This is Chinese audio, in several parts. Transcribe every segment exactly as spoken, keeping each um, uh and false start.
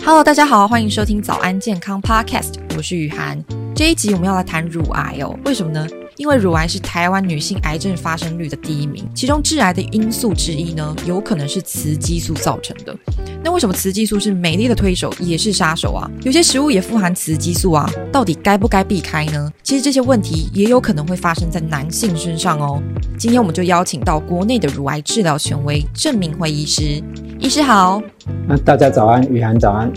Hello， 大家好，欢迎收听早安健康 Podcast， 我是雨涵。这一集我们要来谈乳癌哦，为什么呢？因为乳癌是台湾女性癌症发生率的第一名，其中致癌的因素之一呢，有可能是雌激素造成的。那为什么雌激素是美丽的推手，也是杀手啊？有些食物也富含雌激素啊，到底该不该避开呢？其实这些问题也有可能会发生在男性身上哦。今天我们就邀请到国内的乳癌治疗权威郑明辉医师，医师好。 那大家早安，雨涵早安。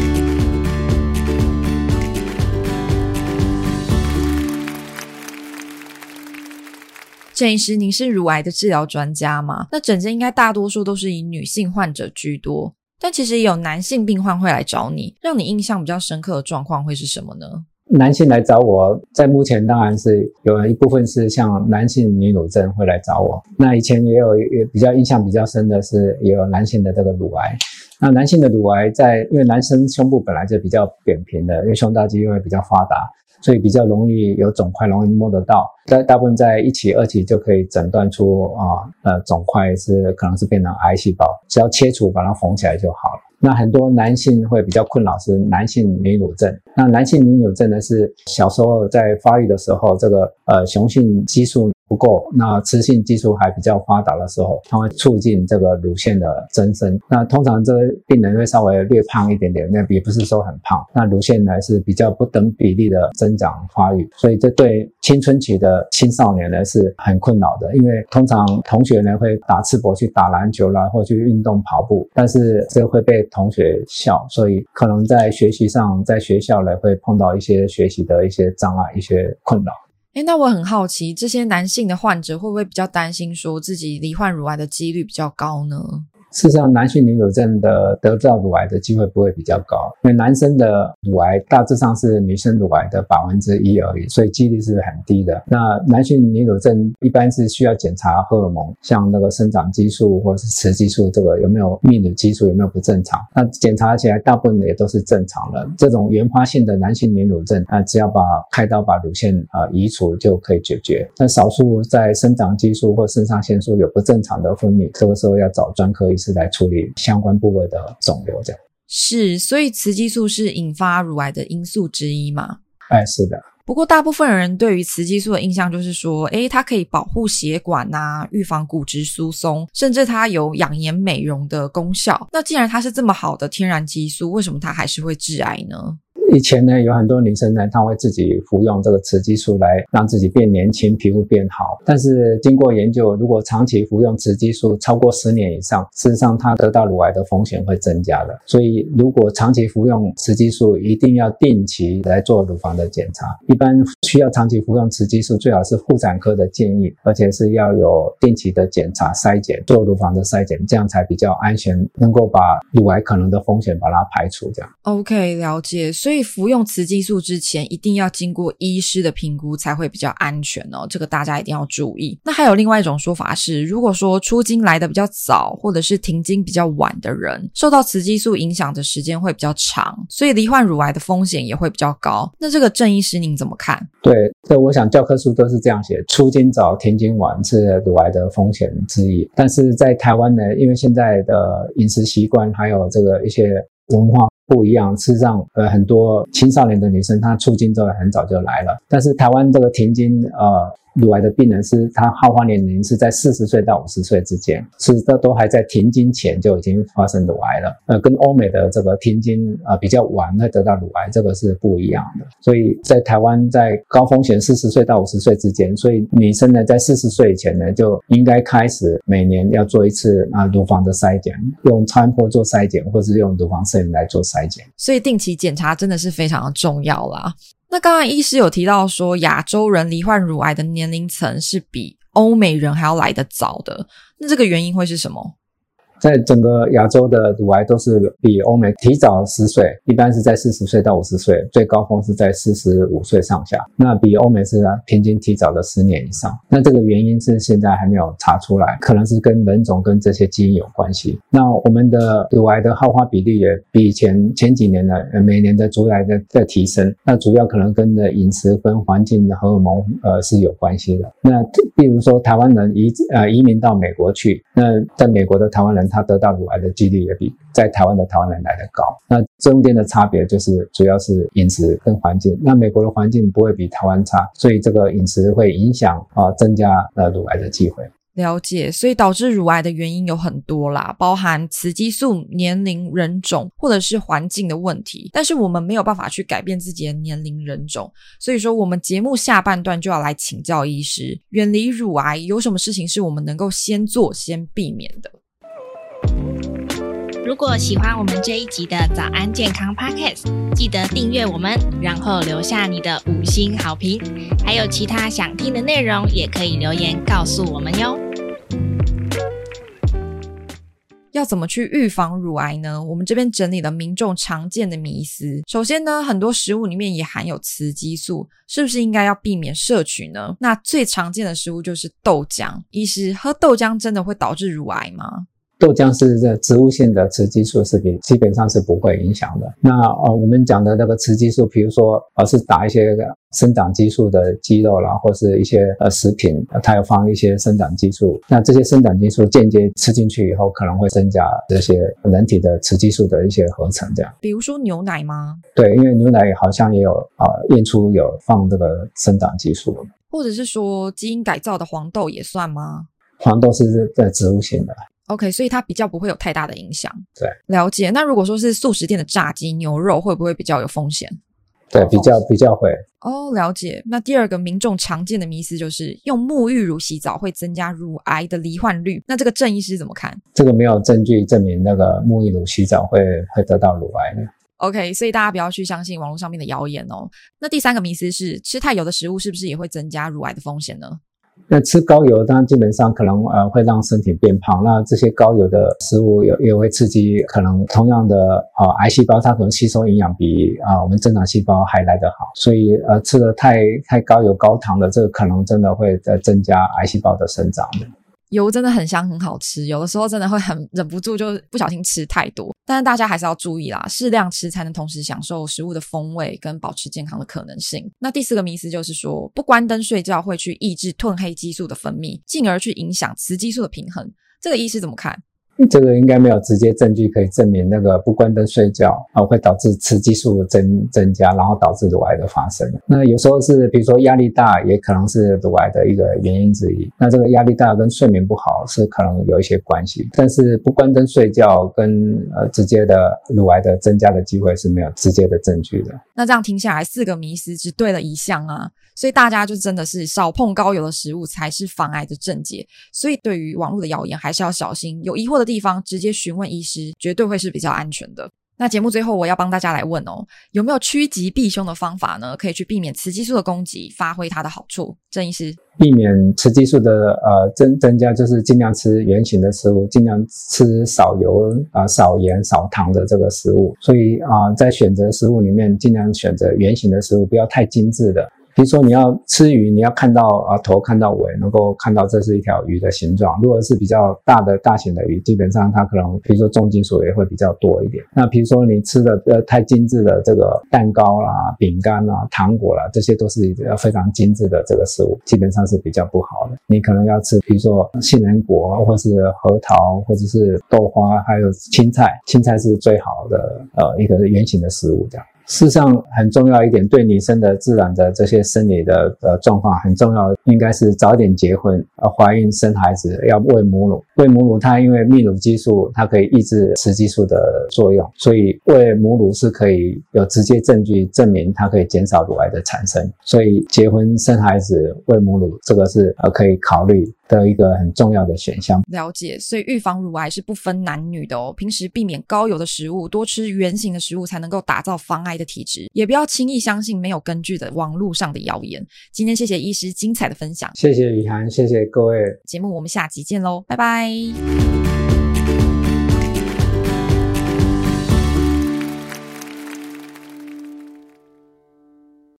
郑医师，您是乳癌的治疗专家吗？那诊间应该大多数都是以女性患者居多，但其实也有男性病患会来找你，让你印象比较深刻的状况会是什么呢？ 男性来找我，在目前当然是有一部分是像男性女乳症会来找我，那以前也有也比较印象比较深的是也有男性的这个乳癌。那男性的乳癌在因为男生胸部本来就比较扁平的，因为胸大肌会比较发达，所以比较容易有肿块，容易摸得到。大大部分在一期、二期就可以诊断出啊呃肿块是可能是变成癌细胞，只要切除把它缝起来就好了。那很多男性会比较困扰是男性女乳症。那男性女乳症呢是小时候在发育的时候，这个呃雄性激素不够，那雌性激素还比较发达的时候，它会促进这个乳腺的增生。那通常这个病人会稍微略胖一点点，那也不是说很胖。那乳腺呢是比较不等比例的增长发育，所以这对青春期的青少年呢是很困扰的。因为通常同学呢会打赤膊去打篮球啦，或去运动跑步，但是这会被同学笑，所以可能在学习上，在学校呢会碰到一些学习的一些障碍，一些困扰。 诶，那我很好奇，这些男性的患者会不会比较担心说自己罹患乳癌的几率比较高呢？ 事实上，男性女乳症的得到乳癌的机会不会比较高，因为男生的乳癌大致上是女生乳癌的百分之一而已，所以几率是很低的。那男性女乳症一般是需要检查荷尔蒙，像那个生长激素或是雌激素，这个有没有泌乳激素有没有不正常？那检查起来大部分也都是正常的。这种原发性的男性女乳症，那只要把开刀把乳腺呃移除就可以解决。那少数在生长激素或肾上腺素有不正常的分泌，这个时候要找专科医师来处理相关部位的肿瘤。这样是，所以雌激素是引发乳癌的因素之一嘛？ 哎，是的。 不过大部分人对于雌激素的印象就是说，诶，它可以保护血管啊，预防骨质疏松，甚至它有养颜美容的功效。那既然它是这么好的天然激素，为什么它还是会致癌呢？ 以前呢，有很多女生呢，她会自己服用这个雌激素来让自己变年轻，皮肤变好。但是经过研究，如果长期服用雌激素超过十年以上，事实上她得到乳癌的风险会增加的。所以如果长期服用雌激素，一定要定期来做乳房的检查。一般需要长期服用雌激素，最好是妇产科的建议，而且是要有定期的检查筛检，做乳房的筛检，这样才比较安全，能够把乳癌可能的风险把它排除。这样 OK， 了解。所以服用雌激素之前一定要经过医师的评估才会比较安全哦，这个大家一定要注意。那还有另外一种说法是，如果说出经来的比较早，或者是停经比较晚的人，受到雌激素影响的时间会比较长，所以罹患乳癌的风险也会比较高。那这个郑医师您怎么看？ 对，这我想教科书都是这样写，出经早停经晚是乳癌的风险之一。但是在台湾呢，因为现在的饮食习惯还有这个一些文化不一样，事实上呃很多青少年的女生她出经之后很早就来了，但是台湾这个停经呃乳癌的病人是他好发年龄是在四十岁到五十岁之间，是这都还在停经前就已经发生乳癌了。呃，跟欧美的这个停经呃比较晚会得到乳癌，这个是不一样的。所以在台湾在高风险四十岁到五十岁之间，所以女生呢在四十岁以前呢就应该开始每年要做一次啊乳房的筛检，用超音波做筛检，或是用乳房摄影来做筛检。 所以定期检查真的是非常的重要啦。那刚才医师有提到说，亚洲人罹患乳癌的年龄层是比欧美人还要来得早的，那这个原因会是什么？ 在整个亚洲的乳癌都是比欧美提早十岁，一般是在四十岁到五十岁，最高峰是在四十五岁上下。那比欧美是平均提早了十年以上。那这个原因是现在还没有查出来，可能是跟人种跟这些基因有关系。那我们的乳癌的好发比例也比以前前几年的每年的乳癌的在提升，那主要可能跟的饮食跟环境的荷尔蒙呃是有关系的。那比如说台湾人移呃移民到美国去，那在美国的台湾人他得到乳癌的几率也比在台湾的台湾人来得高。那中间的差别就是主要是饮食跟环境，那美国的环境不会比台湾差，所以这个饮食会影响啊、呃、增加呃乳癌的机会。 了解，所以导致乳癌的原因有很多啦，包含雌激素、年龄、人种或者是环境的问题，但是我们没有办法去改变自己的年龄人种，所以说我们节目下半段就要来请教医师，远离乳癌有什么事情是我们能够先做先避免的。 如果喜欢我们这一集的早安健康 Podcast， 记得订阅我们，然后留下你的五星好评，还有其他想听的内容也可以留言告诉我们哟。 要怎么去预防乳癌呢？我们这边整理了民众常见的迷思。首先呢，很多食物里面也含有雌激素，是不是应该要避免摄取呢？那最常见的食物就是豆浆，医师，喝豆浆真的会导致乳癌吗？ 豆浆是这植物性的雌激素食品，基本上是不会影响的。那呃，我们讲的那个雌激素，比如说呃是打一些生长激素的鸡肉啦，或是一些呃食品，呃它有放一些生长激素。那这些生长激素间接吃进去以后，可能会增加这些人体的雌激素的一些合成，这样。 比如说牛奶吗？ 对，因为牛奶好像也有呃验出有放这个生长激素， 或者是说基因改造的黄豆也算吗？ 黄豆是在植物性的。 OK， 所以它比较不会有太大的影响。 对， 了解。那如果说是素食店的炸鸡、牛肉，会不会比较有风险？ 对，比较比较会。 哦，了解。那第二个民众常见的迷思就是用沐浴乳洗澡会增加乳癌的罹患率，那这个郑医师怎么看？ 这个没有证据证明那个沐浴乳洗澡会会得到乳癌的。 OK， 所以大家不要去相信网络上面的谣言哦。那第三个迷思是吃太油的食物是不是也会增加乳癌的风险呢？ 那吃高油当然基本上可能呃会让身体变胖，那这些高油的食物也也会刺激可能同样的呃癌细胞，它可能吸收营养比啊、呃、我们正常细胞还来得好，所以呃吃的太太高油高糖的这个可能真的会呃增加癌细胞的生长的。 油真的很香很好吃，有的时候真的会很忍不住就不小心吃太多，但是大家还是要注意啦，适量吃才能同时享受食物的风味跟保持健康的可能性。那第四个迷思就是说不关灯睡觉会去抑制褪黑激素的分泌，进而去影响雌激素的平衡，这个医师怎么看？ 这个应该没有直接证据可以证明那个不关灯睡觉啊会导致雌激素增增加，然后导致乳癌的发生。那有时候是比如说压力大也可能是乳癌的一个原因之一，那这个压力大跟睡眠不好是可能有一些关系，但是不关灯睡觉跟呃直接的乳癌的增加的机会是没有直接的证据的。 那这样听下来四个迷思只对了一项啊，所以大家就真的是少碰高油的食物才是防癌的正解，所以对于网络的谣言还是要小心，有疑惑的地方直接询问医师，绝对会是比较安全的。那节目最后我要帮大家来问哦，有没有趋吉避凶的方法呢？可以去避免雌激素的攻击，发挥它的好处。郑医师， 避免雌激素的呃增增加，就是尽量吃原型的食物，尽量吃少油啊、呃、少盐少糖的这个食物。所以啊、呃，在选择食物里面，尽量选择原型的食物，不要太精致的。比如说你要吃鱼，你要看到啊头看到尾，能够看到这是一条鱼的形状。如果是比较大的大型的鱼，基本上它可能比如说重金属也会比较多一点。那比如说你吃的呃太精致的这个蛋糕啦、饼干啦、糖果啦，这些都是非常精致的这个食物，基本上是比较不好的。你可能要吃比如说杏仁果或是核桃或者是豆花，还有青菜，青菜是最好的呃一个原型的食物这样。事实上很重要一点，对女生的自然的这些生理的呃状况很重要，应该是早点结婚，呃怀孕生孩子要喂母乳。喂母乳它因为泌乳激素它可以抑制雌激素的作用，所以喂母乳是可以有直接证据证明它可以减少乳癌的产生。所以结婚生孩子喂母乳这个是呃可以考虑的一个很重要的选项。 了解，所以预防乳癌是不分男女的哦。平时避免高油的食物，多吃原型的食物，才能够打造防癌的体质。也不要轻易相信没有根据的网络上的谣言。今天谢谢医师精彩的分享， 谢谢雨涵，谢谢各位。 节目我们下集见咯，拜拜。